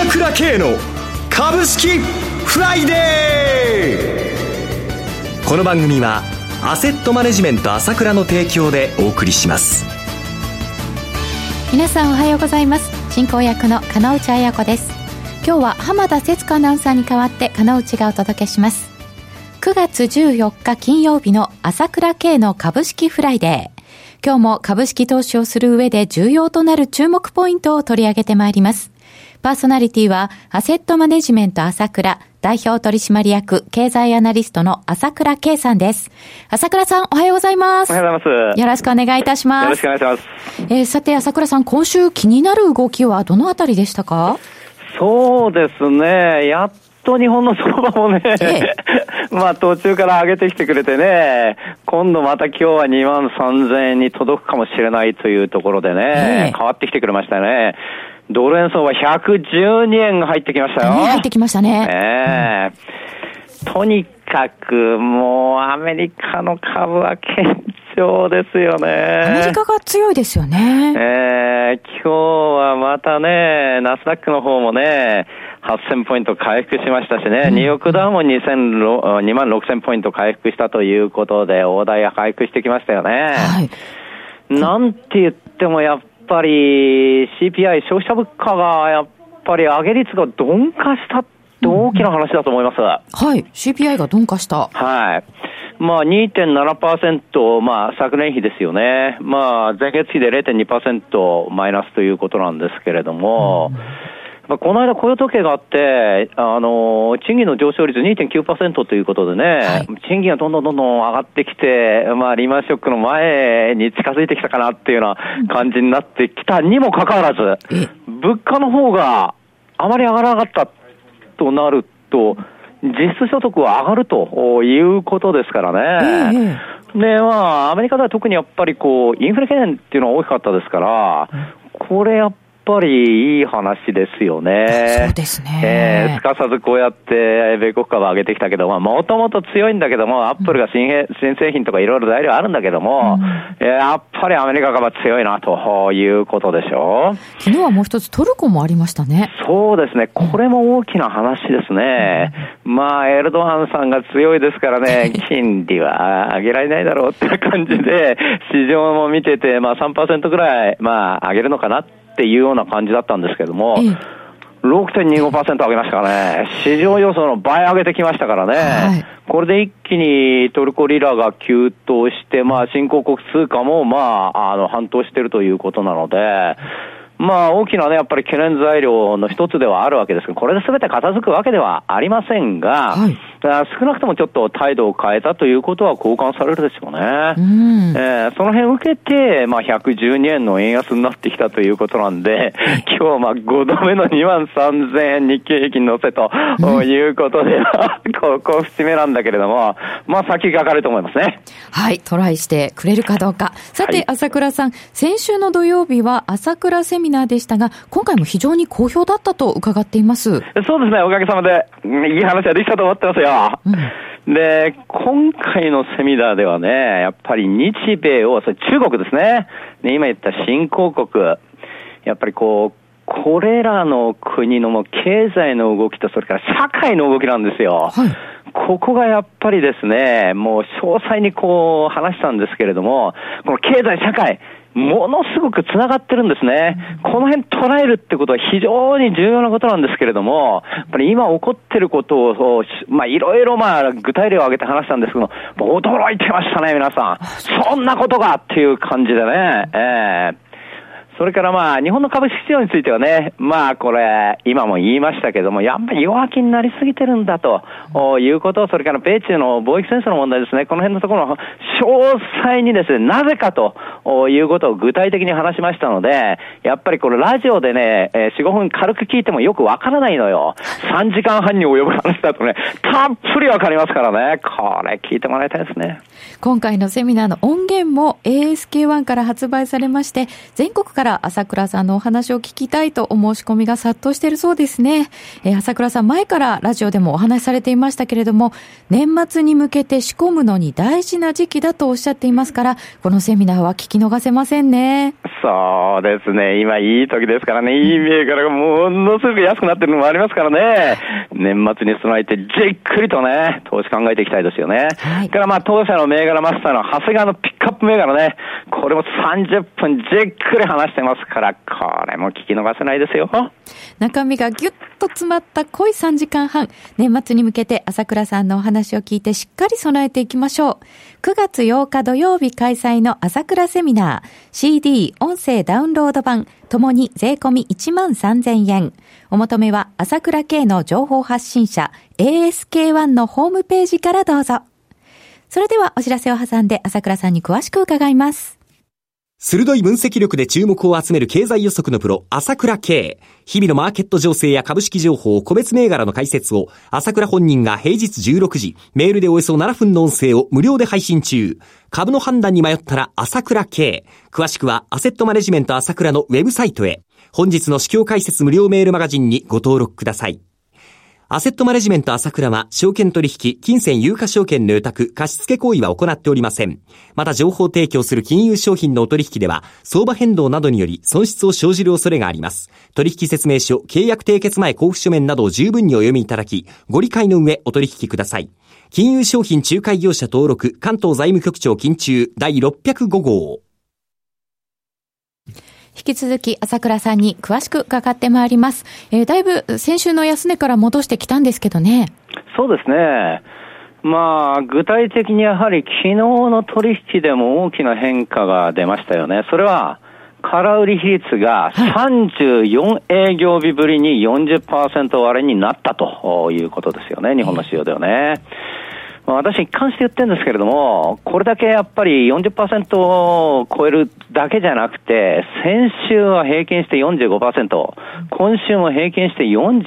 倉慶の株式フライデー。この番組はアセットマネジメント朝倉の提供でお送りします。 皆さんおはようございます。進行役の金内彩子です。今日は浜田節子アナウンサーに代わって金内がお届けします。9月14日金曜日の朝倉慶の株式フライデー。今日も株式投資をする上で重要となる注目ポイントを取り上げてまいります。パーソナリティはアセットマネジメント朝倉代表取締役経済アナリストの朝倉慶さんです。朝倉さんおはようございます。 おはようございます。 よろしくお願いいたします。 よろしくお願いします。 さて朝倉さん、今週気になる動きはどのあたりでしたか？ そうですね、やっと日本の相場もね、まあ途中から上げてきてくれてね、今度また今日は23,000円に届くかもしれないというところでね、変わってきてくれましたね。ドル円相場112円が入ってきましたよ。 入ってきましたね。 とにかくもうアメリカの株は堅調ですよね。 アメリカが強いですよね。 今日はまたね、ナスダックの方もね、8000ポイント回復しましたしね、ニューヨークダウも26,000ポイント回復したということで、大台が回復してきましたよね。なんて言ってもやっぱり CPI 消費者物価がやっぱり上げ率が鈍化したって大きな話だと思います。はい、 CPI が鈍化した。 はい。まあ 2.7%、まあ昨年比ですよね。まあ前月比で 0.2% マイナスということなんですけれども、この間雇用統計があって、賃金の上昇率 2.9% ということでね、賃金がどんどん上がってきて、まあリーマンショックの前に近づいてきたかなっていうような感じになってきたにもかかわらず、物価の方があまり上がらなかったとなると、実質所得は上がるということですからね。で、まあアメリカでは特にやっぱりこう、インフレ懸念っていうのは大きかったですから、これやっぱりいい話ですよね。 そうですね。 すかさずこうやって米国株上げてきたけど、まあもともと強いんだけども、アップルが新製品とかいろいろ材料あるんだけども、やっぱりアメリカ株は強いなということでしょう。 昨日はもう一つトルコもありましたね。 そうですね。これも大きな話ですね。まあエルドアンさんが強いですからね、金利は上げられないだろうっていう感じで、市場も見てて、まあ 3% ぐらい、まあ上げるのかなっていうような感じだったんですけども、6.25% 上げましたからね。市場予想の倍上げてきましたからね。これで一気にトルコリラが急騰して、まあ新興国通貨もまあ反騰しているということなので、まあ大きなね、やっぱり懸念材料の一つではあるわけですけど、これで全て片付くわけではありませんが、少なくともちょっと態度を変えたということは好感されるでしょうね。その辺受けて、まあ112円の円安になってきたということなんで、今日はまあ5度目の23,000円日経平均乗せということで、ここ節目なんだけれども、まあ先がかると思いますね。 はい、トライしてくれるかどうか。さて、朝倉さん、先週の土曜日は朝倉セミナーでしたが、今回も非常に好評だったと伺っています。 そうですね、おかげさまでいい話ができたと思ってますよ。で、今回のセミナーではね、やっぱり日米を、それ中国ですね。今言った新興国、やっぱりこれらの国のもう経済の動きと、それから社会の動きなんですよ。ここがやっぱりですね、もう詳細にこう話したんですけれども、この経済社会、ものすごく繋がってるんですね。この辺捉えるってことは非常に重要なことなんですけれども、やっぱり今起こってることを、まあいろいろまあ具体例を挙げて話したんですけども、驚いてましたね、皆さん。そんなことがっていう感じでね。それからまあ、日本の株式市場についてはね、まあこれ、今も言いましたけども、やっぱり弱気になりすぎてるんだということを、それから米中の貿易戦争の問題ですね、この辺のところの詳細にですね、なぜかということを具体的に話しましたので、やっぱりこれラジオでね、4、5分軽く聞いてもよくわからないのよ。3時間半に及ぶ話だとね、たっぷりわかりますからね、これ聞いてもらいたいですね。 今回のセミナーの音源も ASK1 から発売されまして、全国からから朝倉さんのお話を聞きたいとお申し込みが殺到しているそうですね。朝倉さん、前からラジオでもお話しされていましたけれども、年末に向けて仕込むのに大事な時期だとおっしゃっていますから、このセミナーは聞き逃せませんね。 そうですね。今いい時ですからね。いい銘柄がものすごく安くなってるのもありますからね。年末に備えてじっくりとね、投資考えていきたいですよね。はい。から当社の銘柄マスターの長谷川のピックアップ銘柄ね、これも30分じっくり話してますから、これも聞き逃せないですよ。 中身がギュッと詰まった濃い3時間半。年末に向けて朝倉さんのお話を聞いてしっかり備えていきましょう。9月8日土曜日開催の朝倉セミナー、CD、音声ダウンロード版、ともに税込み 13,000 円。お求めは朝倉系の情報発信者 ASK-1 のホームページからどうぞ。それではお知らせを挟んで朝倉さんに詳しく伺います。 鋭い分析力で注目を集める経済予測のプロ、朝倉慶。日々のマーケット情勢や株式情報、個別銘柄の解説を、朝倉本人が平日16時、メールでおよそ7分の音声を無料で配信中。株の判断に迷ったら朝倉慶。詳しくは、アセットマネジメント朝倉のウェブサイトへ。本日の指標解説無料メールマガジンにご登録ください。アセットマネジメント朝倉は、証券取引、金銭有価証券の予託、貸付行為は行っておりません。また情報提供する金融商品のお取引では、相場変動などにより損失を生じる恐れがあります。取引説明書、契約締結前交付書面などを十分にお読みいただき、ご理解の上お取引ください。金融商品仲介業者登録、関東財務局長金中第605号。 引き続き朝倉さんに詳しく伺ってまいります。だいぶ先週の安値から戻してきたんですけどね。 そうですね。具体的にやはり昨日の取引でも大きな変化が出ましたよね。それは空売り比率が34営業日ぶりに 40% 割れになったということですよね。日本の市場ではね。私一貫して言ってるんですけれども、これだけやっぱり 40% を超えるだけじゃなくて、先週は平均して 45%、今週も平均して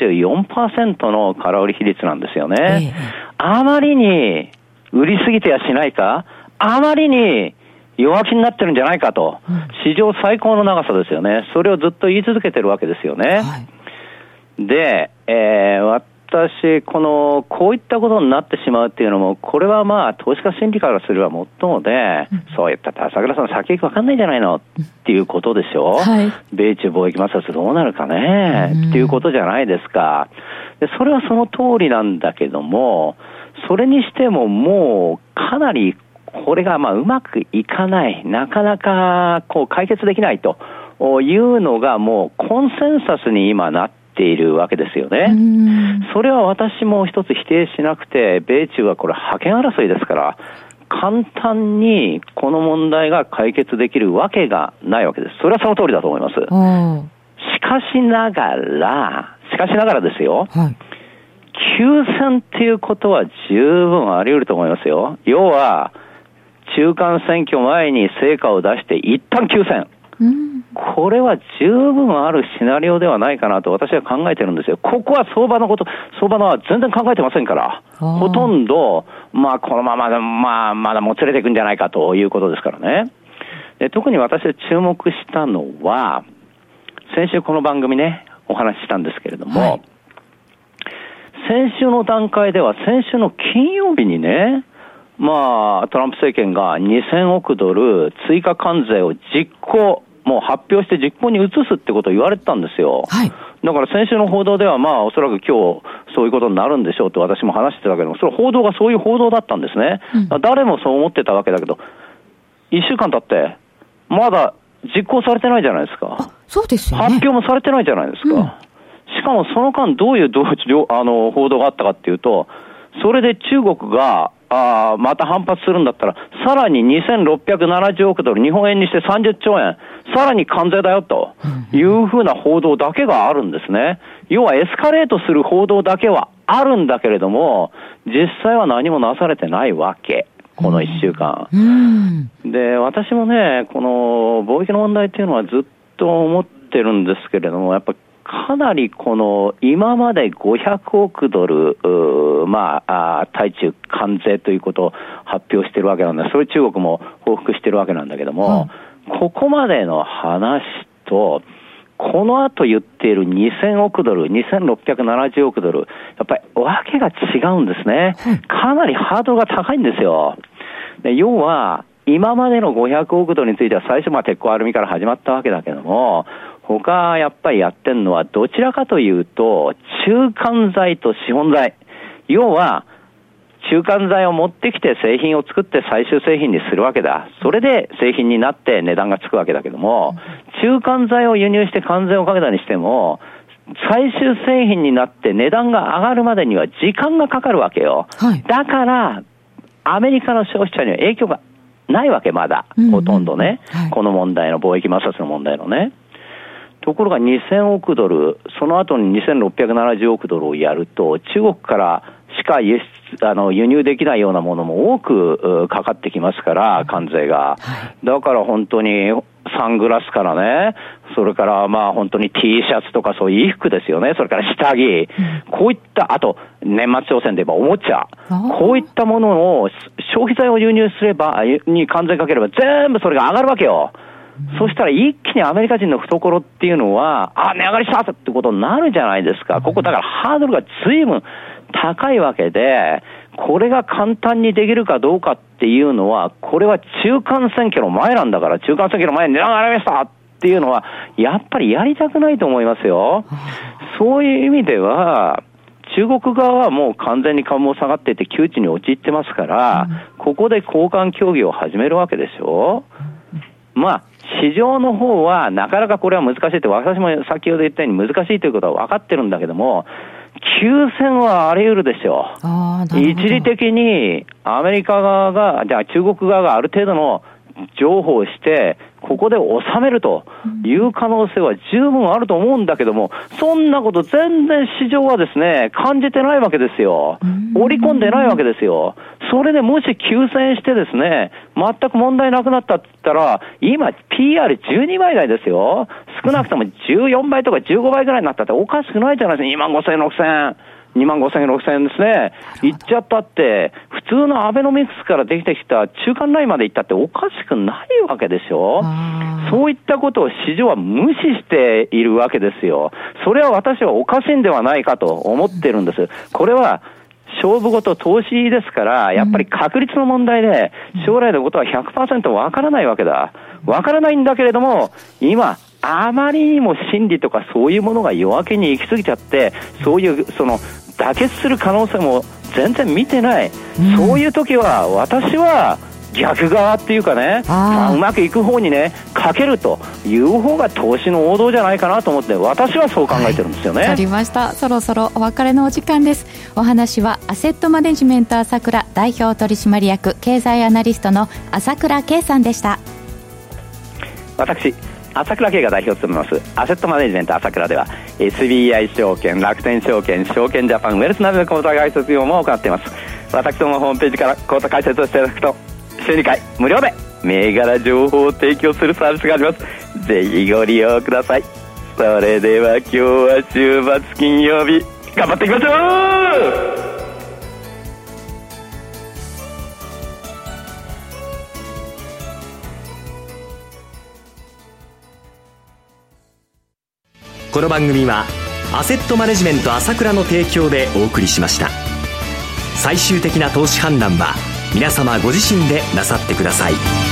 44% の空売り比率なんですよね。あまりに売りすぎてやしないか、あまりに弱気になってるんじゃないかと、史上最高の長さですよね。それをずっと言い続けてるわけですよね。で、私、こういったことになってしまうっていうのも、これは投資家心理からすればもっともで、そういった朝倉さん先行きわかんないんじゃないのっていうことでしょ。米中貿易摩擦どうなるかねっていうことじゃないですか。で、それはその通りなんだけども、それにしてももうかなりこれがうまくいかない、なかなか解決できないというのがもうコンセンサスに今なっているわけですよね。それは私も一つ否定しなくて、米中はこれ覇権争いですから、簡単にこの問題が解決できるわけがないわけです。それはその通りだと思います。しかしながらですよ。休戦っていうことは十分あり得ると思いますよ。要は、中間選挙前に成果を出して一旦休戦。これは十分あるシナリオではないかなと私は考えてるんですよ。ここは相場のは全然考えてませんから、ほとんど、このまままだもつれていくんじゃないかということですからね。で、特に私が注目したのは、先週この番組ね、お話ししたんですけれども、先週の段階では、先週の金曜日にね、トランプ政権が2000億ドル追加関税をもう発表して実行に移すってことを言われてたんですよ。だから先週の報道ではおそらく今日そういうことになるんでしょうと私も話してたけども、それ報道がそういう報道だったんですね。誰もそう思ってたわけだけど、1週間経ってまだ実行されてないじゃないですか。 そうですよね。 発表もされてないじゃないですか。しかもその間どういう報道があったかっていうと、それで中国がまた反発するんだったら、さらに2670億ドル、日本円にして30兆円、さらに関税だよというふうな報道だけがあるんですね。要はエスカレートする報道だけはあるんだけれども、実際は何もなされてないわけ。この1週間。で、私もね、この貿易の問題っていうのはずっと思ってるんですけれども、やっぱかなり今まで500億ドル、対中関税ということを発表してるわけなんで、それ中国も報復してるわけなんだけども、ここまでの話と、この後言っている2000億ドル、2670億ドル、やっぱり訳が違うんですね。かなりハードルが高いんですよ。で、要は、今までの500億ドルについては最初鉄鋼アルミから始まったわけだけども、他やっぱりやってるのはどちらかというと、中間材と資本材。要は、中間材を持ってきて製品を作って最終製品にするわけだ。それで製品になって値段がつくわけだけども、中間材を輸入して関税をかけたにしても、最終製品になって値段が上がるまでには時間がかかるわけよ。はい、だから、アメリカの消費者には影響がないわけ、まだ。ほとんどね。はい、この問題の貿易摩擦の問題のね。ところが2000億ドル、その後に2670億ドルをやると、中国からしか輸入できないようなものも多くかかってきますから、関税が。だから本当にサングラスからね、それから本当に T シャツとかそういう衣服ですよね。それから下着。こういった、あと年末商戦で言えばおもちゃ。こういったものを消費財を輸入すれば、に関税かければ全部それが上がるわけよ。そしたら一気にアメリカ人の懐っていうのは、値上がりしたってことになるじゃないですか。ここだからハードルが随分高いわけで、これが簡単にできるかどうかっていうのは、これは中間選挙の前なんだから、中間選挙の前に値段が上がりましたっていうのは、やっぱりやりたくないと思いますよ。そういう意味では、中国側はもう完全に株も下がっていて窮地に陥ってますから、ここで交換協議を始めるわけでしょ。市場の方はなかなかこれは難しいって、私も先ほど言ったように難しいということは分かってるんだけども、休戦はあり得るでしょう。一時的にアメリカ側が、じゃあ中国側がある程度の譲歩をして、ここで収めるという可能性は十分あると思うんだけども、そんなこと全然市場はですね、感じてないわけですよ。織り込んでないわけですよ。それでもし休戦してですね、全く問題なくなったって言ったら、今 PR12 倍台ですよ。少なくとも14倍とか15倍ぐらいになったっておかしくないじゃないですか。25,000、6,000ですね。いっちゃったって、普通のアベノミクスからできてきた中間ラインまでいったっておかしくないわけでしょ。そういったことを市場は無視しているわけですよ。それは私はおかしいんではないかと思ってるんです。これは勝負事投資ですから、やっぱり確率の問題で、将来のことは 100% わからないわけだ。わからないんだけれども、今、あまりにも心理とかそういうものが弱気に行き過ぎちゃって、そういう、妥結する可能性も全然見てない。そういう時は、私は、逆側っていうかね、うまくいく方にね、かけるという方が投資の王道じゃないかなと思って、私はそう考えてるんですよね。 わかりました。そろそろお別れのお時間です。お話はアセットマネジメント朝倉代表取締役経済アナリストの朝倉圭さんでした。 私朝倉圭が代表を務めますアセットマネジメント朝倉では SBI 証券、楽天証券、証券ジャパン、ウェルスナビの口座開設業務を行っています。私どものホームページから口座開設をしていただくと週2回無料で銘柄情報を提供するサービスがあります。ぜひご利用ください。それでは今日は週末金曜日、頑張っていきましょう。 この番組はアセットマネジメント朝倉の提供でお送りしました。最終的な投資判断は皆様ご自身でなさってください。